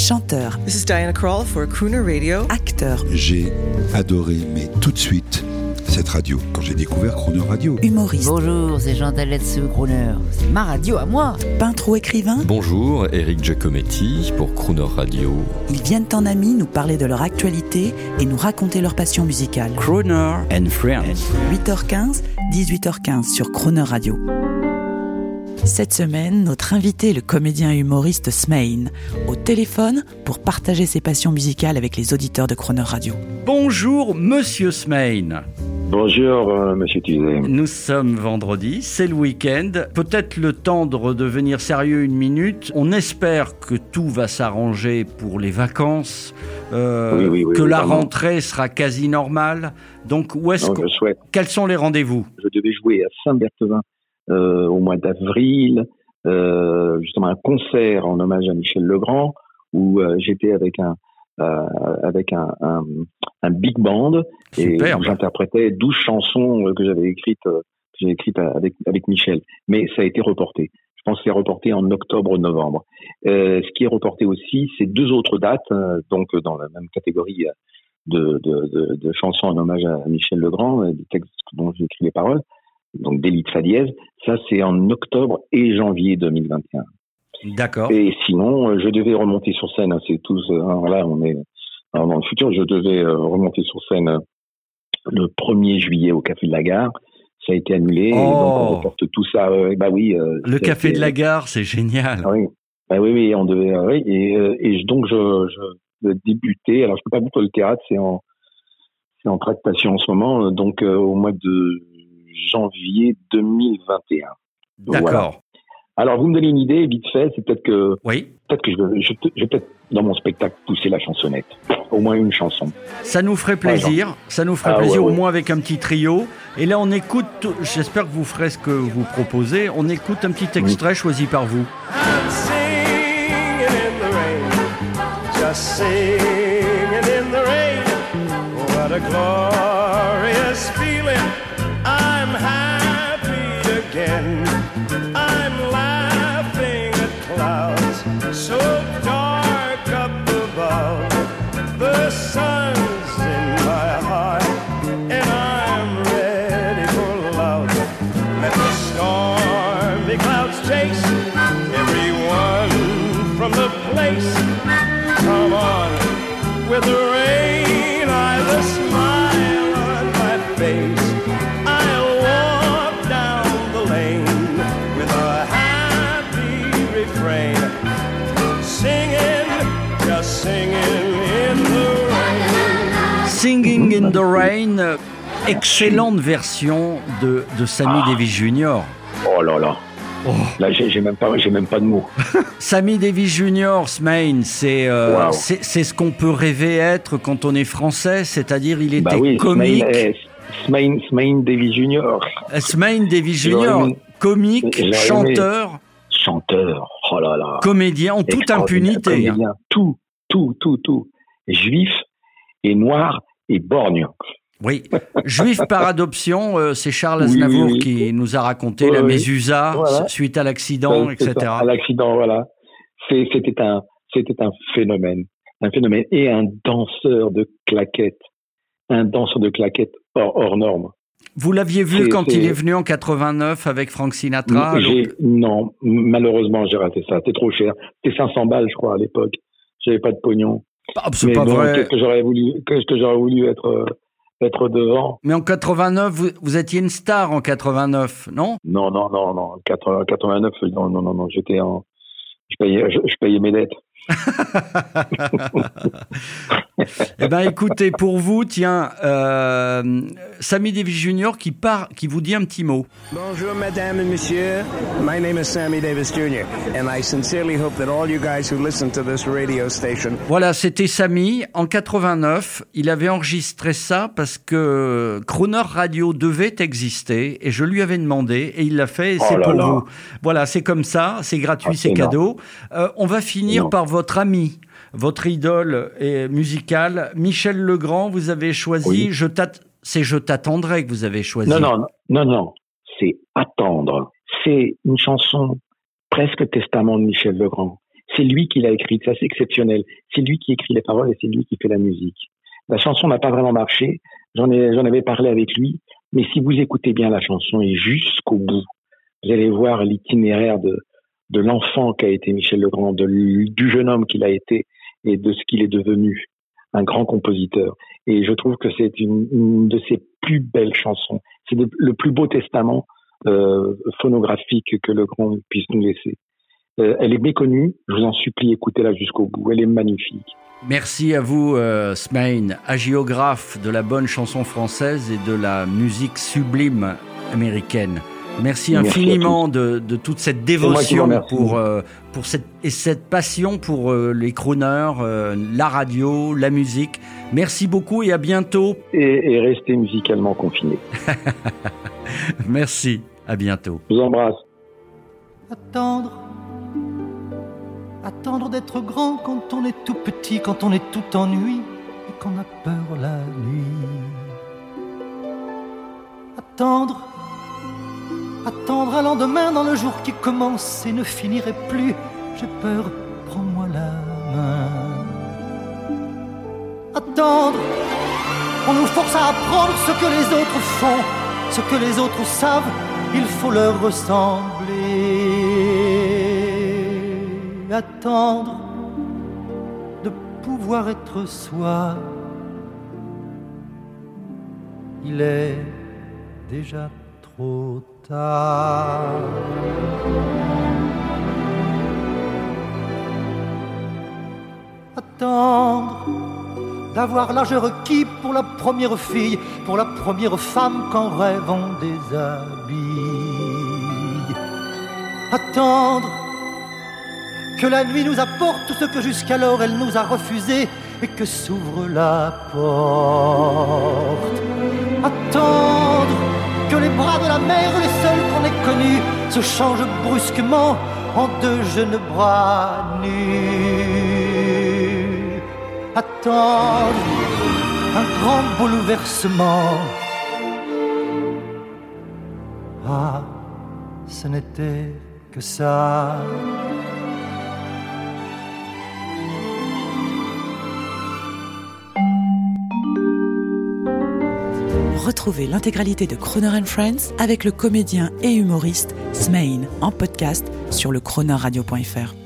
Chanteur. This is Diana Krall for Crooner Radio. Acteur. J'ai adoré, mais tout de suite, cette radio, quand j'ai découvert Crooner Radio. Humoriste. Bonjour, c'est Jean Daletsu, Crooner. C'est ma radio à moi. Peintre ou écrivain. Bonjour, Eric Giacometti pour Crooner Radio. Ils viennent en amis nous parler de leur actualité et nous raconter leur passion musicale. Crooner and Friends. 8h15, 18h15 sur Crooner Radio. Cette semaine, notre invité est le comédien et humoriste Smaïn, au téléphone pour partager ses passions musicales avec les auditeurs de Crooner Radio. Bonjour, Monsieur Smaïn. Bonjour, Monsieur Tuzet. Nous sommes vendredi, c'est le week-end. Peut-être le temps de redevenir sérieux une minute. On espère que tout va s'arranger pour les vacances, oui, que la vraiment. Rentrée sera quasi normale. Donc, où est-ce Je souhaite. quels sont les rendez-vous ? Je devais jouer à Saint-Berthevin au mois d'avril, justement un concert en hommage à Michel Legrand, où j'étais avec un big band. Superbe. Et j'interprétais 12 chansons que j'avais écrites avec Michel. Mais ça a été reporté. Je pense que c'est reporté en octobre-novembre. Ce qui est reporté aussi, c'est 2 autres dates, donc dans la même catégorie de chansons en hommage à Michel Legrand, des textes dont j'ai écrit les paroles, donc d'Élite Fa dièse. Ça, c'est en octobre et janvier 2021. D'accord. Et sinon, je devais remonter sur scène. C'est tous. Alors là, on est dans le futur. Je devais remonter sur scène le 1er juillet au Café de la Gare. Ça a été annulé. Oh. Et donc on reporte tout ça. Le Café de la Gare, c'est génial. Oui. Oui. On devait. Oui. Et donc je débutais. Alors je peux pas beaucoup le théâtre. C'est en tractation en ce moment. Donc au mois de janvier 2021. D'accord. Voilà. Alors, vous me donnez une idée, vite fait, c'est peut-être que je vais peut-être, dans mon spectacle, pousser la chansonnette. Au moins une chanson. Ça nous ferait plaisir. Au moins avec un petit trio. Et là, on écoute, j'espère que vous ferez ce que vous proposez, on écoute un petit extrait choisi par vous. I'm singing in the rain, just singing in the rain. What a glorious feeling. I'm happy again. I'm laughing at clouds so dark up above. The sun's in my heart and I'm ready for love. Let the stormy clouds chase everyone from the place. Come on with the rain, I've a smile on my face. I'll walk down the lane with a happy refrain, singing, just singing in the rain. Singing in the Rain, excellente version de Sammy Davis Jr. Oh là là. Oh. Là, j'ai même pas de mots. Sammy Davis Jr., Smaïn, c'est Wow. c'est ce qu'on peut rêver être quand on est français, c'est-à-dire il était comique. Smaïn Davis Jr. Smaïn Davis Jr., J'aurais aimé- comique, j'aurais chanteur, Chanteur. Oh là là. comédien, en toute impunité. Comédien. Tout. Juif et noir et borgne. Oui, juif par adoption, c'est Charles Oui, Aznavour oui. qui nous a raconté Oui, la oui. mésusa Voilà. suite à l'accident, C'est etc. ça, à l'accident, voilà. C'était un phénomène. Un phénomène. Et un danseur de claquettes. Hors norme. Vous l'aviez vu C'est- quand c'est- il est venu en 89 avec Frank Sinatra. Non, malheureusement, j'ai raté ça. C'était trop cher. C'était 500 balles, je crois, à l'époque. J'avais pas de pognon. Ah, c'est Mais pas bon, vrai. qu'est-ce que j'aurais voulu être devant. Mais en 89, vous étiez une star en 89, non? Non. 89, non. Je payais mes dettes. Eh ben, écoutez, pour vous, tiens, Sammy Davis Jr. qui vous dit un petit mot. Bonjour, mesdames et messieurs. My name is Sammy Davis Jr. And I sincerely hope that all you guys who listen to this radio station. Voilà, c'était Sammy. En 89, il avait enregistré ça parce que Crooner Radio devait exister et je lui avais demandé et il l'a fait et c'est là pour là. vous. Voilà, c'est comme ça, c'est gratuit, c'est énorme. cadeau. On va finir Non. par votre ami, votre idole musicale, Michel Legrand. Vous avez choisi Oui. C'est Je t'attendrai que vous avez choisi. Non. C'est Attendre. C'est une chanson presque testament de Michel Legrand. c'est lui qui l'a écrite, c'est assez exceptionnel. C'est lui qui écrit les paroles et c'est lui qui fait la musique. La chanson n'a pas vraiment marché, j'en avais parlé avec lui, mais si vous écoutez bien la chanson et jusqu'au bout, vous allez voir l'itinéraire de l'enfant qu'a été Michel Legrand, du jeune homme qu'il a été et de ce qu'il est devenu, un grand compositeur. Et je trouve que c'est une de ses plus belles chansons. C'est le plus beau testament phonographique que Legrand puisse nous laisser. Elle est méconnue, je vous en supplie, écoutez-la jusqu'au bout, elle est magnifique. Merci à vous, Smaïn, hagiographe de la bonne chanson française et de la musique sublime américaine. Merci infiniment de toute cette dévotion pour cette passion pour les crooners, la radio, la musique. Merci beaucoup et à bientôt. Et restez musicalement confinés. Merci, à bientôt. Je vous embrasse. Attendre d'être grand quand on est tout petit, quand on est tout ennui et qu'on a peur la nuit. Attendre un lendemain dans le jour qui commence et ne finirait plus. J'ai peur, prends-moi la main. Attendre, on nous force à apprendre ce que les autres font, ce que les autres savent, il faut leur ressembler. Attendre de pouvoir être soi, il est déjà trop tard. Attendre d'avoir l'âge requis pour la première fille, pour la première femme qu'en rêve on déshabille. Attendre que la nuit nous apporte tout ce que jusqu'alors elle nous a refusé et que s'ouvre la porte. Attendre que les bras de la mer, les seuls qu'on ait connus, se changent brusquement en deux jeunes bras nus. Attendre un grand bouleversement. Ah, ce n'était que ça. Retrouvez l'intégralité de Croner & Friends avec le comédien et humoriste Smaïn en podcast sur le cronerradio.fr.